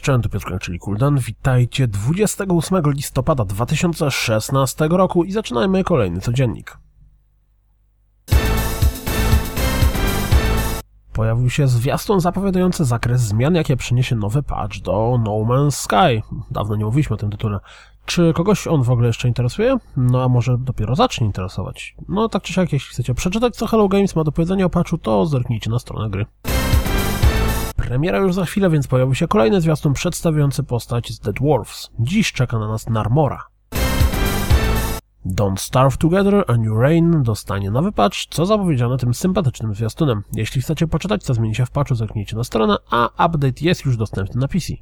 cześć, to Piotr, czyli Kuldan. Witajcie 28 listopada 2016 roku i zaczynajmy kolejny codziennik. Pojawił się zwiastun zapowiadający zakres zmian, jakie przyniesie nowy patch do No Man's Sky. Dawno nie mówiliśmy o tym tytule. Czy kogoś on w ogóle jeszcze interesuje? No a może dopiero zacznie interesować? No tak czy siak, jeśli chcecie przeczytać, co Hello Games ma do powiedzenia o patchu, to zerknijcie na stronę gry. Premiera już za chwilę, więc pojawił się kolejny zwiastun przedstawiający postać z The Dwarfs. Dziś czeka na nas Narmora. Don't Starve Together, A New Reign dostanie nowy patch, co zapowiedziane tym sympatycznym zwiastunem. Jeśli chcecie poczytać, co zmieni się w patchu, zerknijcie na stronę, a update jest już dostępny na PC.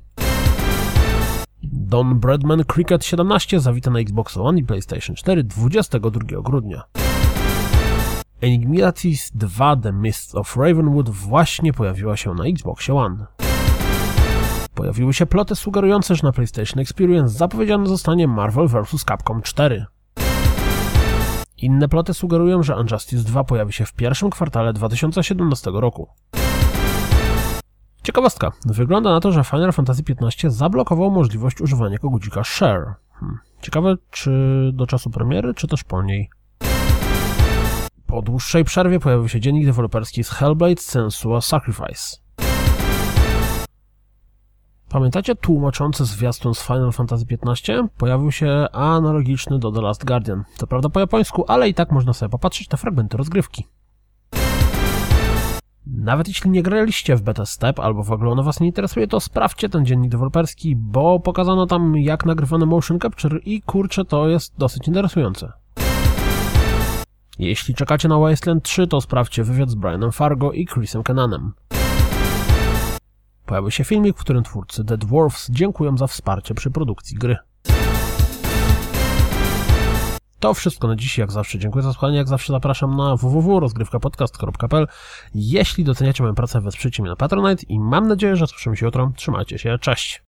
Don Bradman Cricket 17 zawita na Xbox One i PlayStation 4 22 grudnia. Enigmatis 2 The Mists of Ravenwood właśnie pojawiła się na Xboxie One. Pojawiły się ploty sugerujące, że na PlayStation Experience zapowiedziane zostanie Marvel vs. Capcom 4. Inne ploty sugerują, że Injustice 2 pojawi się w pierwszym kwartale 2017 roku. Ciekawostka. Wygląda na to, że Final Fantasy XV zablokował możliwość używania kogucika Share. Ciekawe, czy do czasu premiery, czy też po niej. Po dłuższej przerwie pojawił się dziennik deweloperski z Hellblade Senua Sacrifice. Pamiętacie tłumaczący zwiastun z Final Fantasy XV? Pojawił się analogiczny do The Last Guardian. To prawda po japońsku, ale i tak można sobie popatrzeć na fragmenty rozgrywki. Nawet jeśli nie graliście w Beta Step albo w ogóle ona was nie interesuje, to sprawdźcie ten dziennik deweloperski, bo pokazano tam jak nagrywano motion capture i kurczę, to jest dosyć interesujące. Jeśli czekacie na Wasteland 3, to sprawdźcie wywiad z Brianem Fargo i Chrisem Kenanem. Pojawił się filmik, w którym twórcy The Dwarfs dziękują za wsparcie przy produkcji gry. To wszystko na dziś, jak zawsze dziękuję za słuchanie, jak zawsze zapraszam na www.rozgrywkapodcast.pl. Jeśli doceniacie moją pracę, wesprzyjcie mnie na Patronite i mam nadzieję, że słyszymy się jutro. Trzymajcie się, cześć!